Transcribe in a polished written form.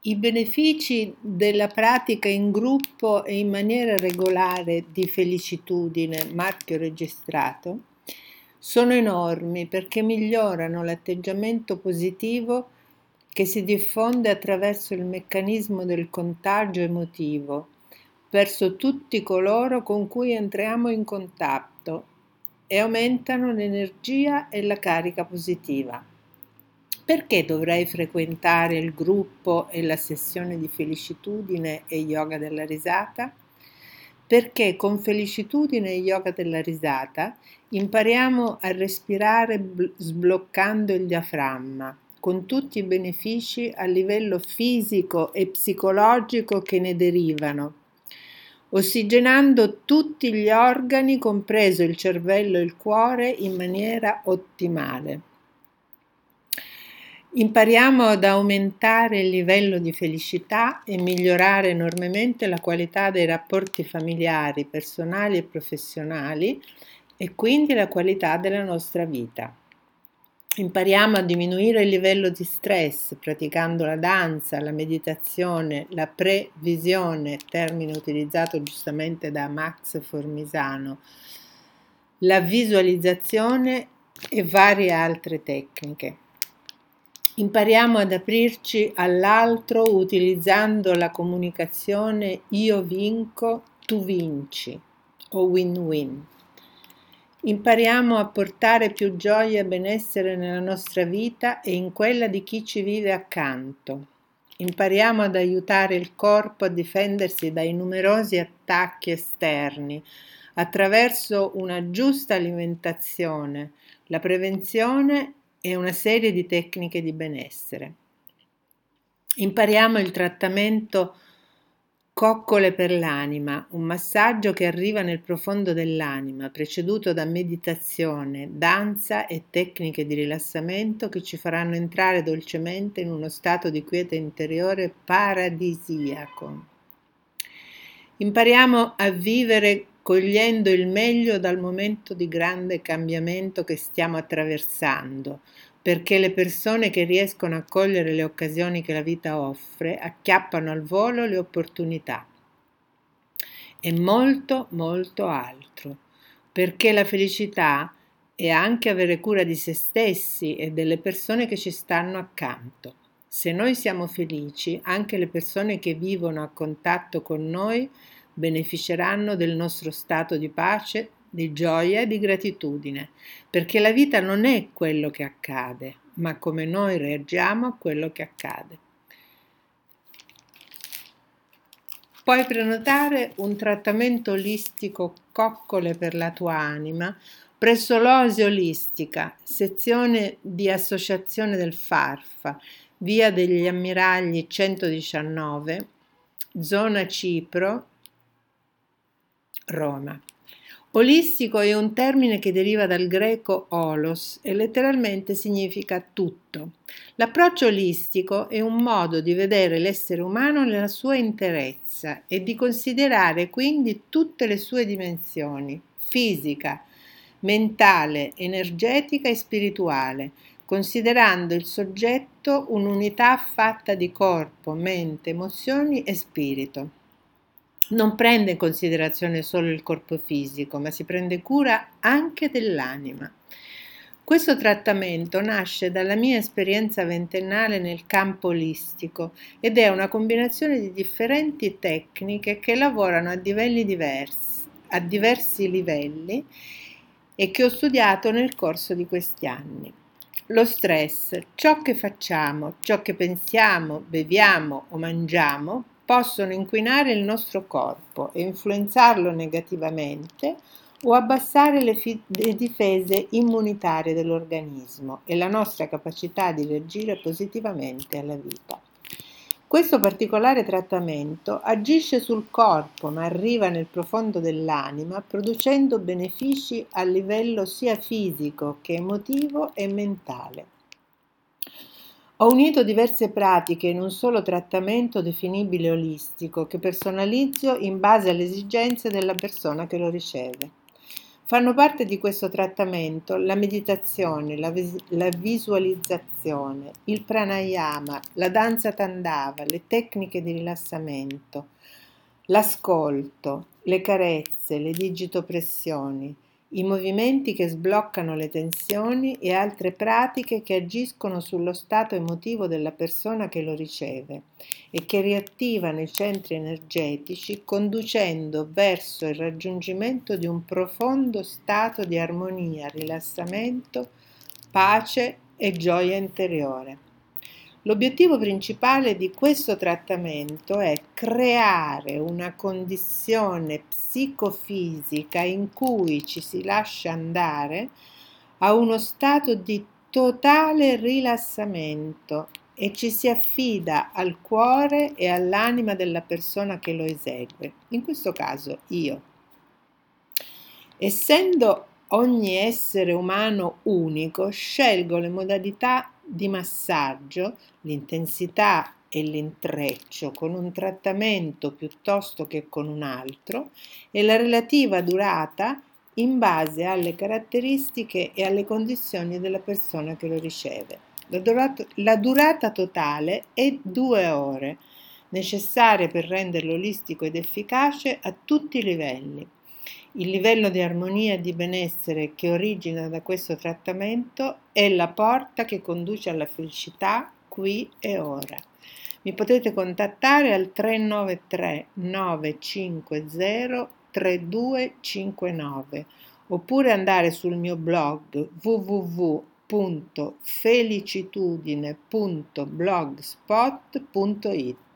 I benefici della pratica in gruppo e in maniera regolare di felicitudine, marchio registrato, sono enormi perché migliorano l'atteggiamento positivo che si diffonde attraverso il meccanismo del contagio emotivo verso tutti coloro con cui entriamo in contatto e aumentano l'energia e la carica positiva. Perché dovrei frequentare il gruppo e la sessione di felicitudine e yoga della risata? Perché con felicitudine e yoga della risata impariamo a respirare sbloccando il diaframma, con tutti i benefici a livello fisico e psicologico che ne derivano, ossigenando tutti gli organi, compreso il cervello e il cuore, in maniera ottimale. Impariamo ad aumentare il livello di felicità e migliorare enormemente la qualità dei rapporti familiari, personali e professionali e quindi la qualità della nostra vita. Impariamo a diminuire il livello di stress praticando la danza, la meditazione, la previsione, termine utilizzato giustamente da Max Formisano, la visualizzazione e varie altre tecniche. Impariamo ad aprirci all'altro utilizzando la comunicazione io vinco, tu vinci o win-win. Impariamo a portare più gioia e benessere nella nostra vita e in quella di chi ci vive accanto. Impariamo ad aiutare il corpo a difendersi dai numerosi attacchi esterni attraverso una giusta alimentazione, la prevenzione e una serie di tecniche di benessere. Impariamo il trattamento coccole per l'anima, un massaggio che arriva nel profondo dell'anima, preceduto da meditazione, danza e tecniche di rilassamento che ci faranno entrare dolcemente in uno stato di quiete interiore paradisiaco. Impariamo a vivere cogliendo il meglio dal momento di grande cambiamento che stiamo attraversando, perché le persone che riescono a cogliere le occasioni che la vita offre acchiappano al volo le opportunità. E molto, molto altro, perché la felicità è anche avere cura di se stessi e delle persone che ci stanno accanto. Se noi siamo felici, anche le persone che vivono a contatto con noi beneficeranno del nostro stato di pace, di gioia e di gratitudine, perché la vita non è quello che accade, ma come noi reagiamo a quello che accade. Puoi prenotare un trattamento olistico coccole per la tua anima presso l'Oasi Olistica, sezione di Associazione del Farfa, via degli Ammiragli 119, zona Cipro, Roma. Olistico è un termine che deriva dal greco olos e letteralmente significa tutto. L'approccio olistico è un modo di vedere l'essere umano nella sua interezza e di considerare quindi tutte le sue dimensioni, fisica, mentale, energetica e spirituale, considerando il soggetto un'unità fatta di corpo, mente, emozioni e spirito. Non prende in considerazione solo il corpo fisico, ma si prende cura anche dell'anima. Questo trattamento nasce dalla mia esperienza ventennale nel campo olistico ed è una combinazione di differenti tecniche che lavorano a diversi livelli e che ho studiato nel corso di questi anni. Lo stress, ciò che facciamo, ciò che pensiamo, beviamo o mangiamo possono inquinare il nostro corpo e influenzarlo negativamente o abbassare le difese immunitarie dell'organismo e la nostra capacità di reagire positivamente alla vita. Questo particolare trattamento agisce sul corpo ma arriva nel profondo dell'anima producendo benefici a livello sia fisico che emotivo e mentale. Ho unito diverse pratiche in un solo trattamento definibile olistico che personalizzo in base alle esigenze della persona che lo riceve. Fanno parte di questo trattamento la meditazione, la visualizzazione, il pranayama, la danza tandava, le tecniche di rilassamento, l'ascolto, le carezze, le digitopressioni, i movimenti che sbloccano le tensioni e altre pratiche che agiscono sullo stato emotivo della persona che lo riceve e che riattivano i centri energetici conducendo verso il raggiungimento di un profondo stato di armonia, rilassamento, pace e gioia interiore. L'obiettivo principale di questo trattamento è creare una condizione psicofisica in cui ci si lascia andare a uno stato di totale rilassamento e ci si affida al cuore e all'anima della persona che lo esegue, in questo caso io. Essendo ogni essere umano unico, scelgo le modalità di massaggio, l'intensità e l'intreccio con un trattamento piuttosto che con un altro e la relativa durata in base alle caratteristiche e alle condizioni della persona che lo riceve. La durata totale è 2 ore, necessarie per renderlo olistico ed efficace a tutti i livelli. Il livello di armonia e di benessere che origina da questo trattamento è la porta che conduce alla felicità qui e ora. Mi potete contattare al 393 950 3259 oppure andare sul mio blog www.felicitudine.blogspot.it.